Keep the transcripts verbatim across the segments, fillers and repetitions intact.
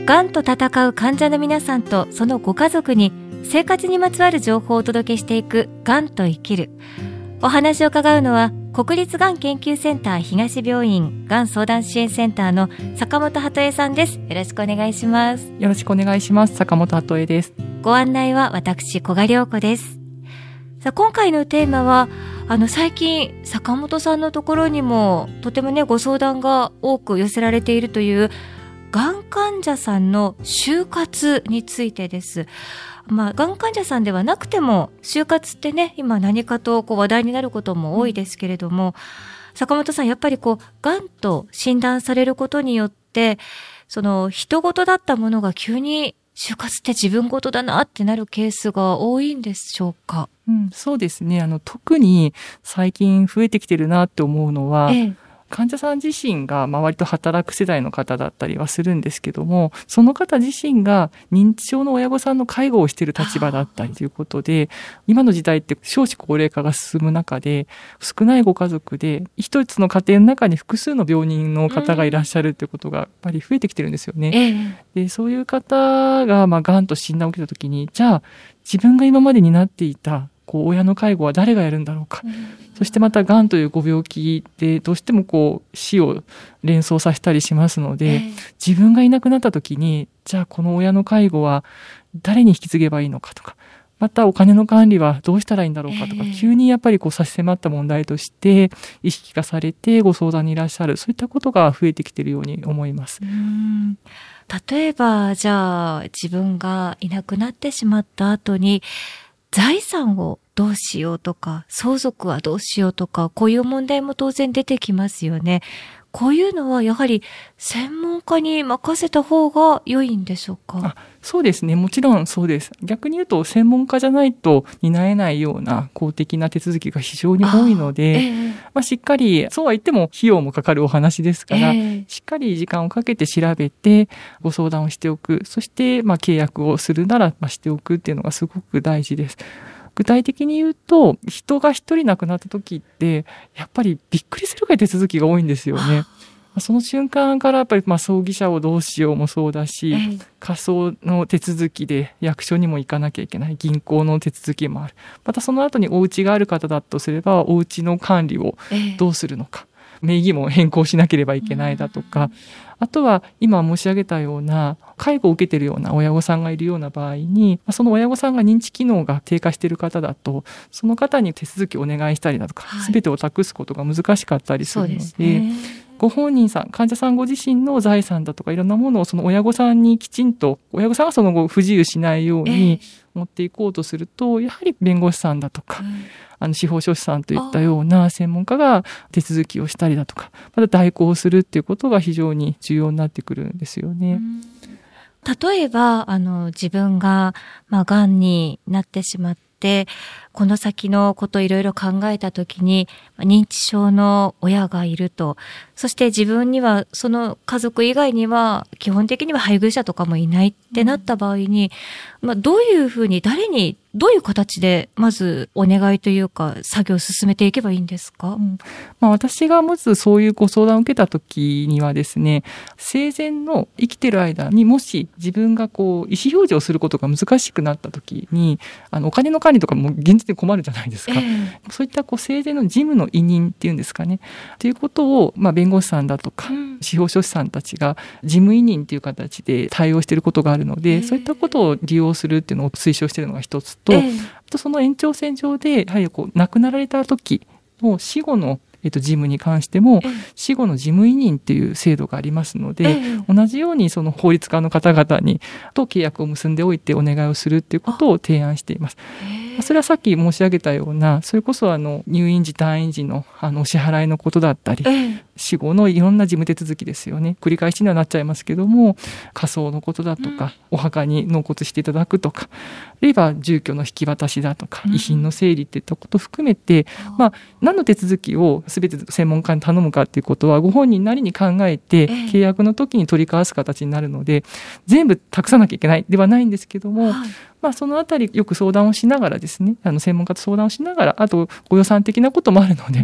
がんと闘う患者の皆さんとそのご家族に生活にまつわる情報をお届けしていくがんと生きる。お話を伺うのは国立がん研究センター東病院がん相談支援センターの坂本鳩恵さんです。よろしくお願いします。 よろしくお願いします。坂本鳩恵です。 ご案内は私古賀良子です。さあ、今回のテーマはあの最近坂本さんのところにもとてもねご相談が多く寄せられているというがん患者さんの就活についてです。まあ、がん患者さんではなくても就活ってね今何かとこう話題になることも多いですけれども、坂本さんやっぱりこうがんと診断されることによってその人事だったものが急に就活って自分事だなってなるケースが多いんでしょうか？ うん、そうですね。あの特に最近増えてきてるなって思うのは、ええ、患者さん自身が、まあ、割と働く世代の方だったりはするんですけども、その方自身が認知症の親御さんの介護をしている立場だったりということで、今の時代って少子高齢化が進む中で少ないご家族で一つの家庭の中に複数の病人の方がいらっしゃるということがやっぱり増えてきてるんですよね。ええ、でそういう方が、まあ、がんと診断を受けたときに、じゃあ自分が今までになっていたこう親の介護は誰がやるんだろうか、うん、そしてまたがんというご病気でどうしてもこう死を連想させたりしますので、えー、自分がいなくなった時にじゃあこの親の介護は誰に引き継げばいいのかとか、またお金の管理はどうしたらいいんだろうかとか、えー、急にやっぱりこう差し迫った問題として意識化されてご相談にいらっしゃる、そういったことが増えてきているように思います。 うーん、例えばじゃあ自分がいなくなってしまった後に財産をどうしようとか相続はどうしようとか、こういう問題も当然出てきますよね。こういうのはやはり専門家に任せた方が良いんでしょうか？ あ、そうですね。もちろんそうです。逆に言うと専門家じゃないと担えないような公的な手続きが非常に多いので、えーまあ、しっかり、そうは言っても費用もかかるお話ですから、えー、しっかり時間をかけて調べてご相談をしておく、そしてまあ契約をするならまあしておくっていうのがすごく大事です。具体的に言うと、人が一人亡くなった時ってやっぱりびっくりするぐらい手続きが多いんですよね。その瞬間からやっぱりまあ葬儀社をどうしようもそうだし、火葬の手続きで役所にも行かなきゃいけない、銀行の手続きもある。またその後にお家がある方だとすればお家の管理をどうするのか、名義も変更しなければいけないだとか、あとは今申し上げたような介護を受けているような親御さんがいるような場合に、その親御さんが認知機能が低下している方だとその方に手続きをお願いしたりだとか、はい、全てを託すことが難しかったりするの で, で、ね、ご本人さん、患者さんご自身の財産だとかいろんなものをその親御さんにきちんと、親御さんがその後不自由しないように持っていこうとすると、やはり弁護士さんだとか、うん、あの司法書士さんといったような専門家が手続きをしたりだとか、また代行するっていうことが非常に重要になってくるんですよね。うん、 例えばあの自分がまあがんになってしまってこの先のことをいろいろ考えたときに認知症の親がいると、そして自分にはその家族以外には基本的には配偶者とかもいないってなった場合に、うん、まあ、どういうふうに誰にどういう形でまずお願いというか作業を進めていけばいいんですか？うん、 まあ、私がまずそういうご相談を受けた時にはですね、生前の生きてる間にもし自分がこう意思表示をすることが難しくなった時に、あのお金の管理とかも現実で困るじゃないですか。えー、そういったこう生前の事務の委任っていうんですかね、ということを、まあ、弁護士さんだとか、うん、司法書士さんたちが事務委任という形で対応していることがあるので、えー、そういったことを利用するっていうのを推奨しているのが一つと、えー、あとその延長線上でやはりこう亡くなられた時の死後のえっと、事務に関しても、死後の事務委任っていう制度がありますので、同じようにその法律家の方々にと契約を結んでおいてお願いをするっていうことを提案しています。それはさっき申し上げたような、それこそあの入院時退院時のあのお支払いのことだったり、死後のいろんな事務手続きですよね。繰り返しにはなっちゃいますけども、火葬のことだとか、お墓に納骨していただくとか、あるいは住居の引き渡しだとか、遺品の整理っていったことを含めて、まあ、何の手続きを全て専門家に頼むかっていうことはご本人なりに考えて契約の時に取り交わす形になるので、全部託さなきゃいけないではないんですけども、はい、まあ、そのあたりよく相談をしながらですね、あの専門家と相談をしながら、あとご予算的なこともあるので、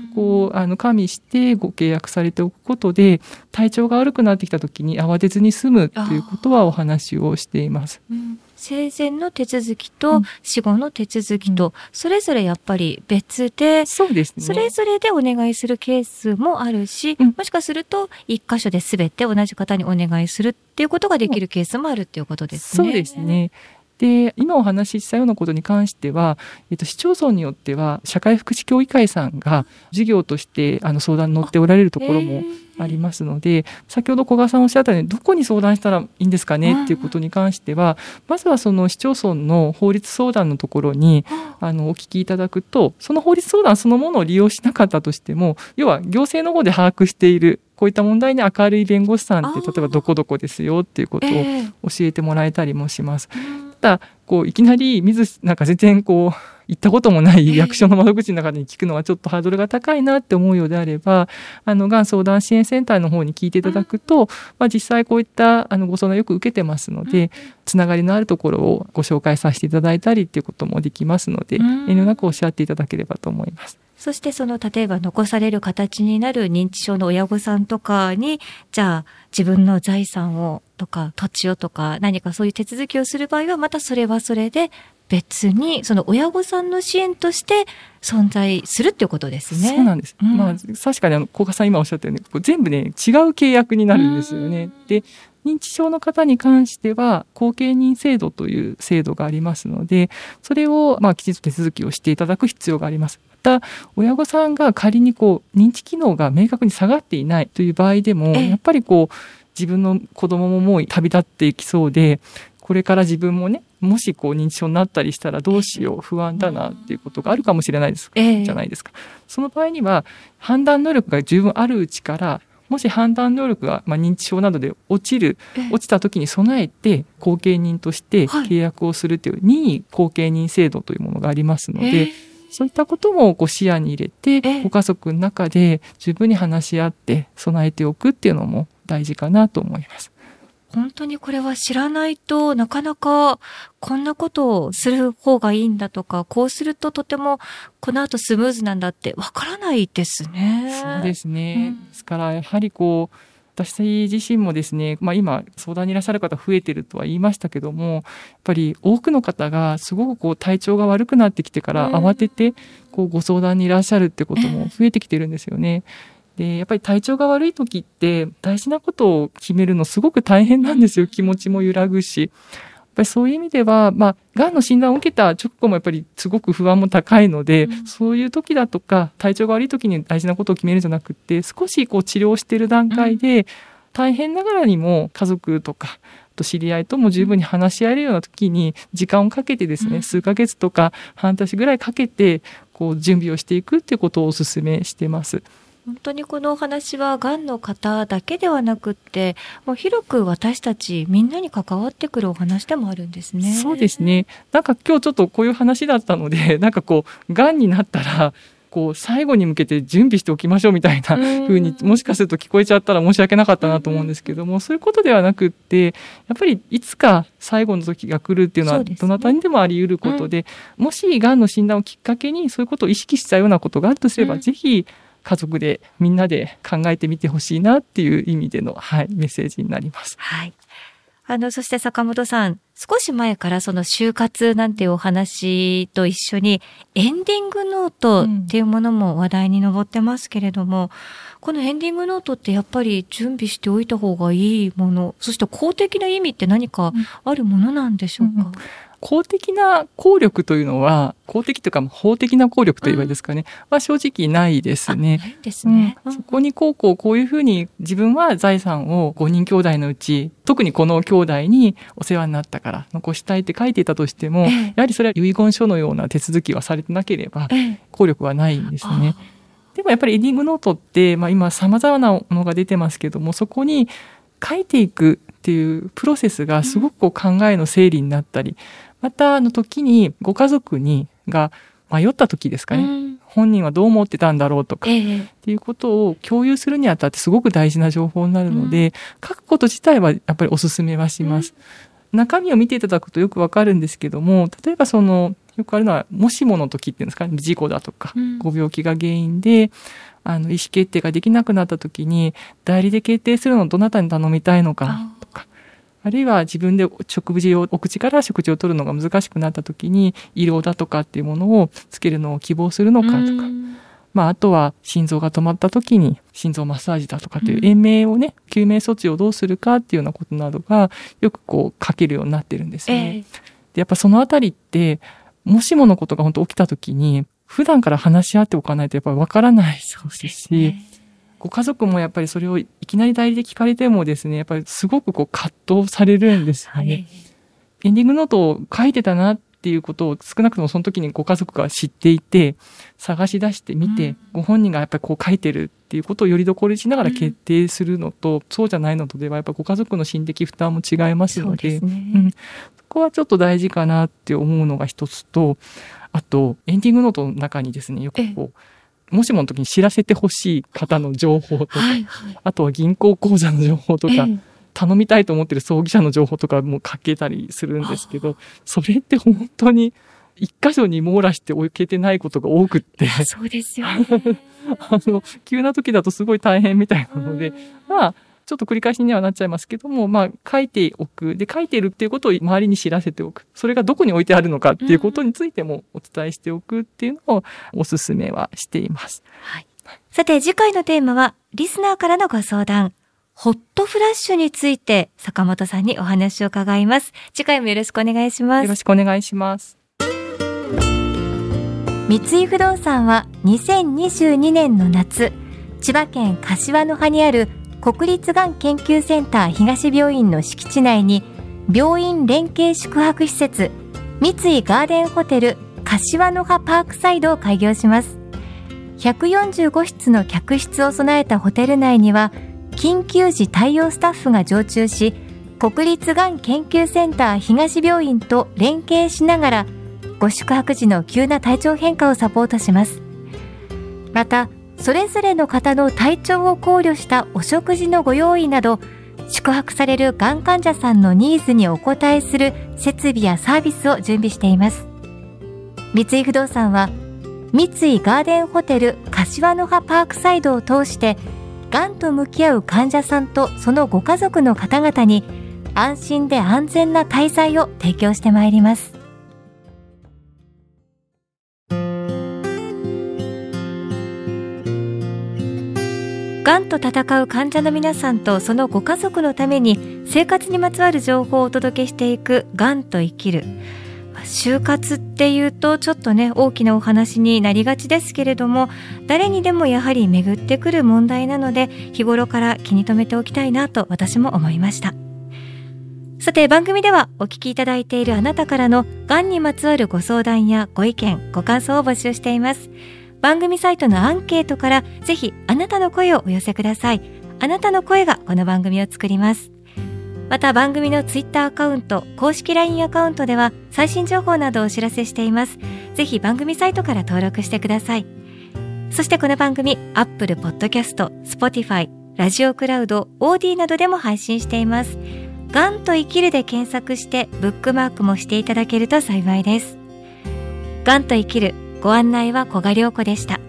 こうあの加味してご契約されておくことで、体調が悪くなってきた時に慌てずに済むということはお話をしています。 うん、生前の手続きと死後の手続きと、うん、それぞれやっぱり別で、 そうですね、 それぞれでお願いするケースもあるし、うん、もしかすると一箇所で全て同じ方にお願いするっていうことができるケースもあるっていうことですね。 そうですね。で、今お話ししたようなことに関しては、えっと、市町村によっては社会福祉協議会さんが事業としてあの相談に乗っておられるところもありますので、先ほど小川さんおっしゃったようにどこに相談したらいいんですかねっていうことに関しては、まずはその市町村の法律相談のところにあのお聞きいただくと、その法律相談そのものを利用しなかったとしても、要は行政の方で把握しているこういった問題に明るい弁護士さんって例えばどこどこですよっていうことを教えてもらえたりもします。ただこういきなり水なんか全然こう行ったこともない役所の窓口の中に聞くのはちょっとハードルが高いなって思うようであれば、あのがん相談支援センターの方に聞いていただくと、まあ、実際こういったあのご相談よく受けてますので、つながりのあるところをご紹介させていただいたりっていうこともできますので、遠慮なくおっしゃっていただければと思います。 そしてその例えば残される形になる認知症の親御さんとかに、じゃあ自分の財産をとか土地をとか何かそういう手続きをする場合は、またそれはそれで別にその親御さんの支援として存在するっていうことですね。 そうなんです。うん、まあ確かにあの小川さん今おっしゃったようにこう全部ね違う契約になるんですよね。で、認知症の方に関しては後継人制度という制度がありますので、それをまあきちんと手続きをしていただく必要があります。また親御さんが仮にこう認知機能が明確に下がっていないという場合でも、やっぱりこう自分の子供ももう旅立っていきそうで、これから自分もね、もしこう認知症になったりしたらどうしよう、不安だなっていうことがあるかもしれないです、えー、じゃないですか。その場合には判断能力が十分あるうちから、もし判断能力がまあ認知症などで落ちる、落ちた時に備えて後継人として契約をするという任意後継人制度というものがありますので、えー、そういったこともこう視野に入れて、ご家族の中で十分に話し合って備えておくっていうのも大事かなと思います。 本当にこれは知らないとなかなかこんなことをする方がいいんだとか、こうするととてもこの後スムーズなんだってわからないですね。 そうですね。うん、ですからやはりこう私自身もですね、まあ、今相談にいらっしゃる方増えてるとは言いましたけども、やっぱり多くの方がすごくこう体調が悪くなってきてから慌ててこうご相談にいらっしゃるってことも増えてきてるんですよね。でやっぱり体調が悪い時って大事なことを決めるのすごく大変なんですよ。気持ちも揺らぐし、やっぱりそういう意味では、まあ、がんの診断を受けた直後もやっぱりすごく不安も高いので、うん、そういう時だとか体調が悪い時に大事なことを決めるんじゃなくて、少しこう治療している段階で、うん、大変ながらにも家族とかと知り合いとも十分に話し合えるような時に時間をかけてですね、うん、数ヶ月とか半年ぐらいかけてこう準備をしていくっていうことをお勧めしてます。 本当にこのお話はがんの方だけではなくって、もう広く私たちみんなに関わってくるお話でもあるんですね。 そうですね。なんか今日ちょっとこういう話だったので、なんかこうがんになったらこう最後に向けて準備しておきましょうみたいな風にもしかすると聞こえちゃったら申し訳なかったなと思うんですけども、そういうことではなくって、やっぱりいつか最後の時が来るっていうのはどなたにでもあり得ることで、うん、もしがんの診断をきっかけにそういうことを意識したようなことがあるとすれば、うん、ぜひ家族でみんなで考えてみてほしいなっていう意味での、はい、メッセージになります。 はい。あの、そして坂本さん、少し前からその就活なんていうお話と一緒にエンディングノートっていうものも話題に上ってますけれども、うん、このエンディングノートってやっぱり準備しておいた方がいいもの、そして公的な意味って何かあるものなんでしょうか？うんうん、 公的な効力というのは、公的というか法的な効力といえばいいですかね、うん、は正直ないですね。 ないですね。 うん、そこにこうこうこういうふうに自分は財産をごにん兄弟のうち、特にこの兄弟にお世話になったから残したいって書いていたとしても、ええ、やはりそれは遺言書のような手続きはされてなければ、え、効力はないんですね。でもやっぱりエンディングノートって、まあ、今様々なものが出てますけども、そこに書いていくっていうプロセスがすごくこう考えの整理になったり、うん、またあの時にご家族にが迷った時ですかね、うん、本人はどう思ってたんだろうとか、ええ、っていうことを共有するにあたってすごく大事な情報になるので、うん、書くこと自体はやっぱりお勧めはします。うん、中身を見ていただくとよくわかるんですけども、例えばそのよくあるのは、もしもの時っていうんですかね、事故だとか、 うん、 ご病気が原因で、あの、意思決定ができなくなった時に、代理で決定するのをどなたに頼みたいのかとか、あるいは自分で食事を、お口から食事を取るのが難しくなった時に、胃ろうだとかっていうものをつけるのを希望するのかとか、うん、まあ、あとは心臓が止まった時に心臓マッサージだとかっていう延命をね、救命措置をどうするかっていうようなことなどがよくこう書けるようになってるんですね。えー、でやっぱそのあたりってもしものことが本当起きた時に普段から話し合っておかないとやっぱりわからないですし、ね、ご家族もやっぱりそれをいきなり代理で聞かれてもですね、やっぱりすごくこう葛藤されるんですよね。はい、エンディングノートを書いてたなっていうことを少なくともその時にご家族が知っていて探し出してみて、うん、ご本人がやっぱりこう書いてるっていうことをよりどころにしながら決定するのと、うん、そうじゃないのとではやっぱご家族の心的負担も違いますので、 そうですね、うん、そこはちょっと大事かなって思うのが一つと、あとエンディングノートの中にですね、よくこうもしもの時に知らせてほしい方の情報とか、はいはい、あとは銀行口座の情報とか、ええ頼みたいと思ってる葬儀社の情報とかも書けたりするんですけど、それって本当に一箇所に網羅しておけてないことが多くって。 そうですよね。 あの、急な時だとすごい大変みたいなので、まあ、ちょっと繰り返しにはなっちゃいますけども、まあ、書いておく。で、書いているっていうことを周りに知らせておく。それがどこに置いてあるのかっていうことについてもお伝えしておくっていうのをお勧めはしています。 はい。さて、次回のテーマは、リスナーからのご相談。ホットフラッシュについて坂本さんにお話を伺います。次回もよろしくお願いします。 よろしくお願いします。 三井不動産はにせんにじゅうにねんの夏、千葉県柏の葉にある国立がん研究センター東病院の敷地内に病院連携宿泊施設三井ガーデンホテル柏の葉パークサイドを開業します。ひゃくよんじゅうごしつの客室を備えたホテル内には緊急時対応スタッフが常駐し、国立がん研究センター東病院と連携しながらご宿泊時の急な体調変化をサポートします。またそれぞれの方の体調を考慮したお食事のご用意など、宿泊されるがん患者さんのニーズにお応えする設備やサービスを準備しています。三井不動産は三井ガーデンホテル柏の葉パークサイドを通してがんと向き合う患者さんとそのご家族の方々に安心で安全な滞在を提供してまいります。がんと闘う患者の皆さんとそのご家族のために生活にまつわる情報をお届けしていくがんと生きる。就活っていうとちょっとね大きなお話になりがちですけれども、誰にでもやはり巡ってくる問題なので日頃から気に留めておきたいなと私も思いました。さて番組ではお聞きいただいているあなたからのがんにまつわるご相談やご意見ご感想を募集しています。番組サイトのアンケートからぜひあなたの声をお寄せください。あなたの声がこの番組を作ります。また番組のツイッターアカウント、公式 ライン アカウントでは最新情報などをお知らせしています。ぜひ番組サイトから登録してください。そしてこの番組、Apple Podcast、Spotify、ラジオクラウド、オーディなどでも配信しています。がんと生きるで検索してブックマークもしていただけると幸いです。がんと生きる、ご案内は古賀良子でした。